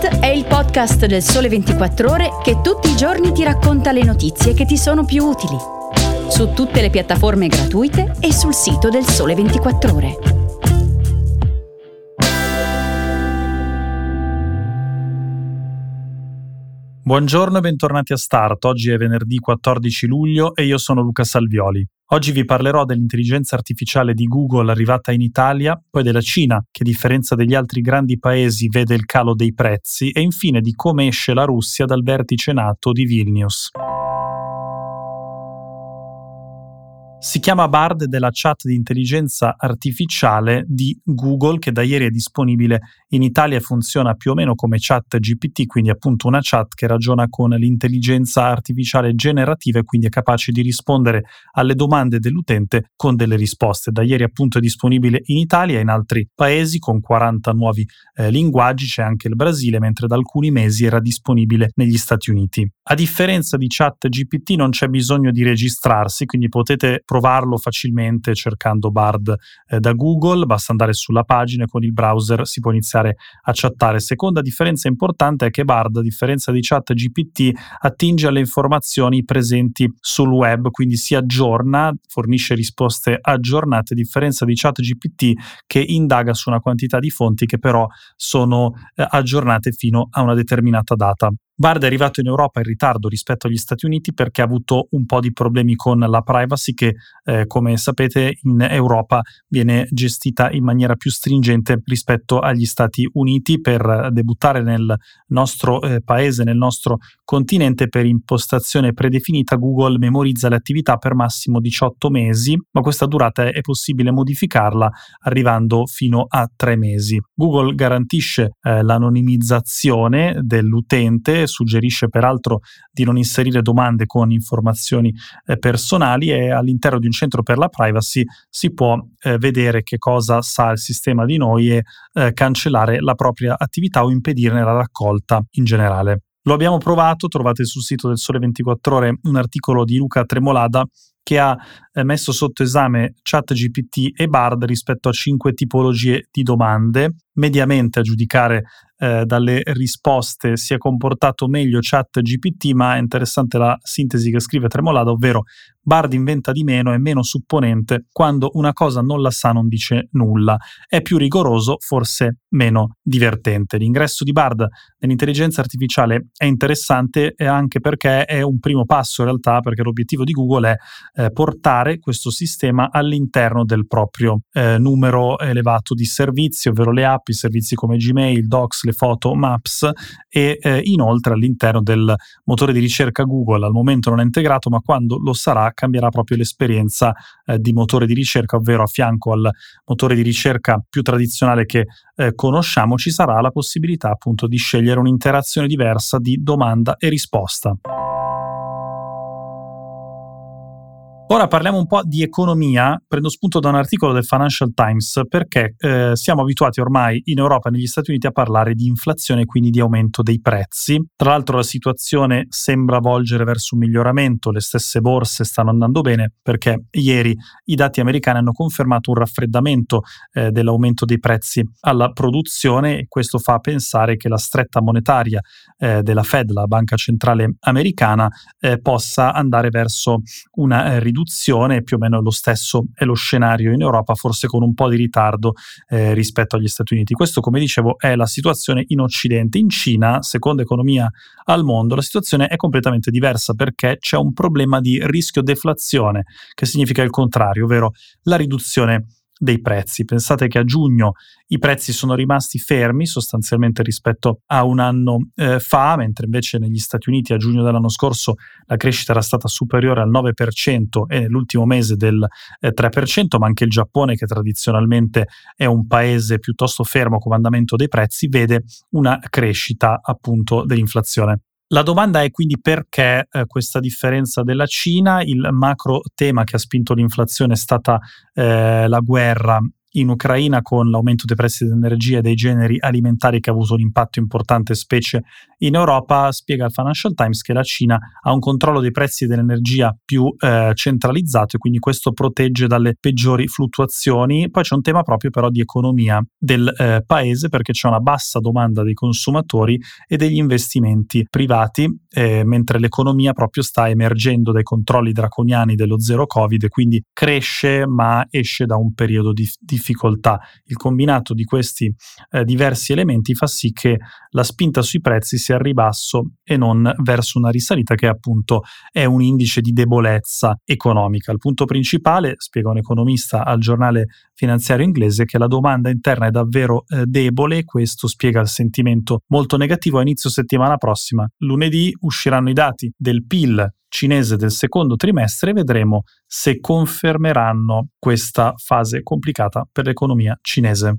Podcast è il podcast del Sole 24 Ore che tutti i giorni ti racconta le notizie che ti sono più utili. Su tutte le piattaforme gratuite e sul sito del Sole 24 Ore. Buongiorno e bentornati a Start. Oggi è venerdì 14 luglio e io sono Luca Salvioli. Oggi vi parlerò dell'intelligenza artificiale di Google arrivata in Italia, poi della Cina, che a differenza degli altri grandi paesi vede il calo dei prezzi, e infine di come esce la Russia dal vertice NATO di Vilnius. Si chiama Bard ed è la chat di intelligenza artificiale di Google che da ieri è disponibile in Italia e funziona più o meno come ChatGPT, quindi appunto una chat che ragiona con l'intelligenza artificiale generativa e quindi è capace di rispondere alle domande dell'utente con delle risposte. Da ieri appunto è disponibile in Italia e in altri paesi con 40 nuovi linguaggi, c'è anche il Brasile, mentre da alcuni mesi era disponibile negli Stati Uniti. A differenza di ChatGPT non c'è bisogno di registrarsi, quindi potete provarlo facilmente cercando Bard da Google, basta andare sulla pagina e con il browser si può iniziare a chattare. Seconda differenza importante è che Bard, a differenza di ChatGPT, attinge alle informazioni presenti sul web, quindi si aggiorna, fornisce risposte aggiornate, a differenza di ChatGPT che indaga su una quantità di fonti che però sono aggiornate fino a una determinata data. Bard è arrivato in Europa in ritardo rispetto agli Stati Uniti perché ha avuto un po' di problemi con la privacy che, come sapete, in Europa viene gestita in maniera più stringente rispetto agli Stati Uniti. Per debuttare nel nostro paese, nel nostro continente, per impostazione predefinita, Google memorizza le attività per massimo 18 mesi, ma questa durata è possibile modificarla arrivando fino a 3 mesi. Google garantisce l'anonimizzazione dell'utente, suggerisce peraltro di non inserire domande con informazioni personali e all'interno di un centro per la privacy si può vedere che cosa sa il sistema di noi e cancellare la propria attività o impedirne la raccolta in generale. Lo abbiamo provato, trovate sul sito del Sole 24 Ore un articolo di Luca Tremolada che ha messo sotto esame ChatGPT e Bard rispetto a 5 tipologie di domande. Mediamente, a giudicare dalle risposte, si è comportato meglio ChatGPT, ma è interessante la sintesi che scrive Tremolada, ovvero Bard inventa di meno, è meno supponente, quando una cosa non la sa non dice nulla, è più rigoroso, forse meno divertente. L'ingresso di Bard nell'intelligenza artificiale è interessante anche perché è un primo passo in realtà, perché l'obiettivo di Google è portare questo sistema all'interno del proprio numero elevato di servizi, ovvero le app, i servizi come Gmail, Docs, le foto, Maps e inoltre all'interno del motore di ricerca Google. Al momento non è integrato, ma quando lo sarà cambierà proprio l'esperienza di motore di ricerca, ovvero a fianco al motore di ricerca più tradizionale che conosciamo ci sarà la possibilità appunto di scegliere un'interazione diversa di domanda e risposta. Ora parliamo un po' di economia, prendo spunto da un articolo del Financial Times perché siamo abituati ormai in Europa e negli Stati Uniti a parlare di inflazione e quindi di aumento dei prezzi. Tra l'altro la situazione sembra volgere verso un miglioramento, le stesse borse stanno andando bene perché ieri i dati americani hanno confermato un raffreddamento dell'aumento dei prezzi alla produzione e questo fa pensare che la stretta monetaria della Fed, la banca centrale americana, possa andare verso una riduzione. Più o meno lo stesso è lo scenario in Europa, forse con un po' di ritardo rispetto agli Stati Uniti. Questo, come dicevo, è la situazione in Occidente. In Cina, seconda economia al mondo, la situazione è completamente diversa perché c'è un problema di rischio deflazione, che significa il contrario, ovvero la riduzione dei prezzi. Pensate che a giugno i prezzi sono rimasti fermi sostanzialmente rispetto a un anno fa, mentre invece negli Stati Uniti a giugno dell'anno scorso la crescita era stata superiore al 9% e nell'ultimo mese del 3%, ma anche il Giappone, che tradizionalmente è un paese piuttosto fermo come andamento dei prezzi, vede una crescita appunto dell'inflazione. La domanda è quindi perché questa differenza della Cina. Il macro tema che ha spinto l'inflazione è stata la guerra in Ucraina con l'aumento dei prezzi dell'energia e dei generi alimentari che ha avuto un impatto importante specie in Europa. Spiega il Financial Times che la Cina ha un controllo dei prezzi dell'energia più centralizzato e quindi questo protegge dalle peggiori fluttuazioni. Poi c'è un tema proprio però di economia del paese, perché c'è una bassa domanda dei consumatori e degli investimenti privati, mentre l'economia proprio sta emergendo dai controlli draconiani dello zero Covid e quindi cresce ma esce da un periodo di difficoltà. Il combinato di questi diversi elementi fa sì che la spinta sui prezzi sia al ribasso e non verso una risalita, che appunto è un indice di debolezza economica. Il punto principale, spiega un economista al giornale finanziario inglese, è che la domanda interna è davvero debole. Questo spiega il sentimento molto negativo. A inizio settimana prossima, lunedì, usciranno i dati del PIL cinese del secondo trimestre e vedremo se confermeranno questa fase complicata per l'economia cinese.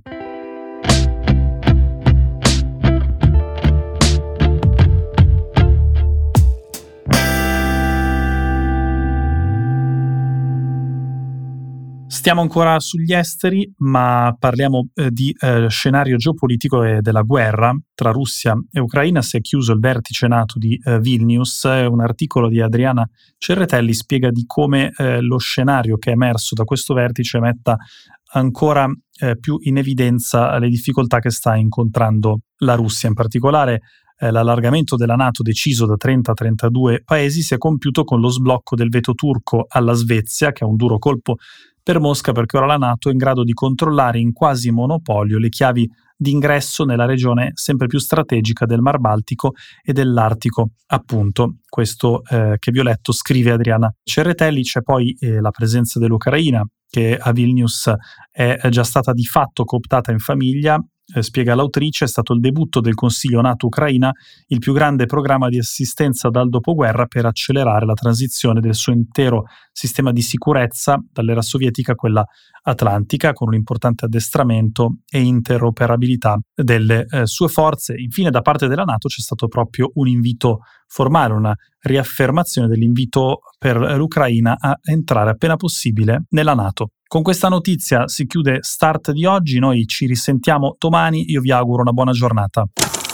Stiamo ancora sugli esteri, ma parliamo di scenario geopolitico e della guerra tra Russia e Ucraina. Si è chiuso il vertice NATO di Vilnius. Un articolo di Adriana Cerretelli spiega di come lo scenario che è emerso da questo vertice metta ancora più in evidenza le difficoltà che sta incontrando la Russia. In particolare l'allargamento della NATO deciso da 30 a 32 paesi si è compiuto con lo sblocco del veto turco alla Svezia, che è un duro colpo per Mosca, perché ora la NATO è in grado di controllare in quasi monopolio le chiavi di ingresso nella regione sempre più strategica del Mar Baltico e dell'Artico, appunto. Questo che vi ho letto scrive Adriana Cerretelli. C'è poi la presenza dell'Ucraina, che a Vilnius è già stata di fatto cooptata in famiglia. Spiega l'autrice, è stato il debutto del Consiglio NATO-Ucraina, il più grande programma di assistenza dal dopoguerra per accelerare la transizione del suo intero sistema di sicurezza dall'era sovietica a quella atlantica, con un importante addestramento e interoperabilità delle sue forze. Infine, da parte della NATO c'è stato proprio un invito formale, una riaffermazione dell'invito per l'Ucraina a entrare appena possibile nella NATO. Con questa notizia si chiude Start di oggi, noi ci risentiamo domani, io vi auguro una buona giornata.